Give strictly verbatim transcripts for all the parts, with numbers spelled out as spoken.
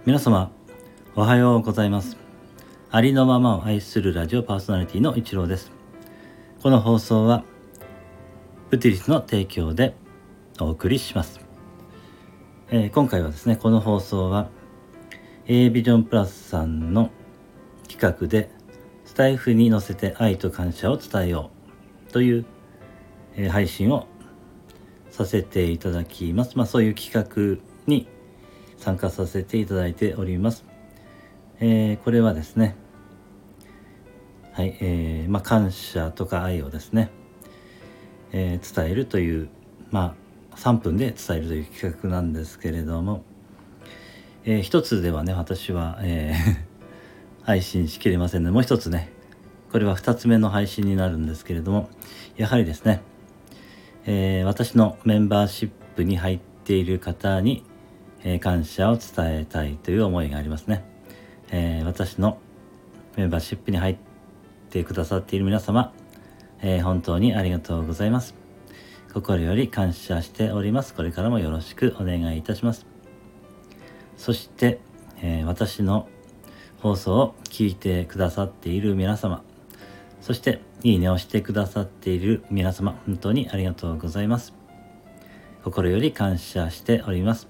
皆様おはようございます。ありのままを愛するラジオパーソナリティの一郎です。この放送はウティリスの提供でお送りします。えー、今回はですね、この放送は A ビジョンプラスさんの企画でスタイフに載せて愛と感謝を伝えようという、えー、配信をさせていただきます。まあそういう企画に参加させていただいております。えー、これはですね、はい、えー、まあ感謝とか愛をですね、えー、伝えるという、まあさんぷんで伝えるという企画なんですけれども、えー、一つではね、私は、えー、配信しきれませんので、もう一つね、これは二つ目の配信になるんですけれども、やはりですね、えー、私のメンバーシップに入っている方に、えー、感謝を伝えたいという思いがありますね。えー、私のメンバーシップに入ってくださっている皆様、えー、本当にありがとうございます。心より感謝しております。これからもよろしくお願いいたします。そして、えー、私の放送を聞いてくださっている皆様、そしていいねをしてくださっている皆様、本当にありがとうございます。心より感謝しております。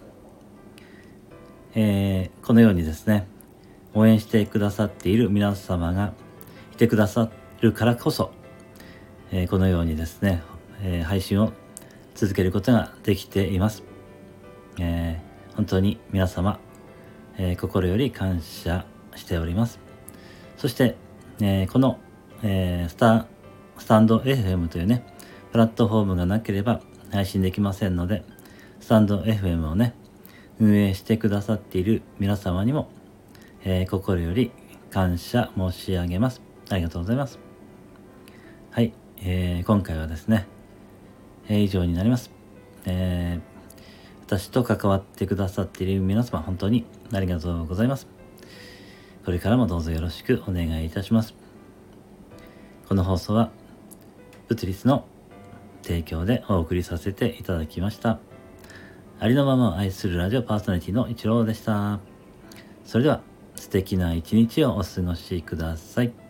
えー、このようにですね、応援してくださっている皆様がいてくださるからこそ、えー、このようにですね、えー、配信を続けることができています。えー、本当に皆様、えー、心より感謝しております。そして、えー、この、えー、スタ、スタンド エフエム というね、プラットフォームがなければ配信できませんので、スタンド エフエム をね、運営してくださっている皆様にも、えー、心より感謝申し上げます。ありがとうございます。はい、えー、今回はですね、えー、以上になります。えー、私と関わってくださっている皆様、本当にありがとうございます。これからもどうぞよろしくお願いいたします。この放送はウティリスの提供でお送りさせていただきました。ありのままを愛するラジオパーソナリティの一郎でした。それでは素敵な一日をお過ごしください。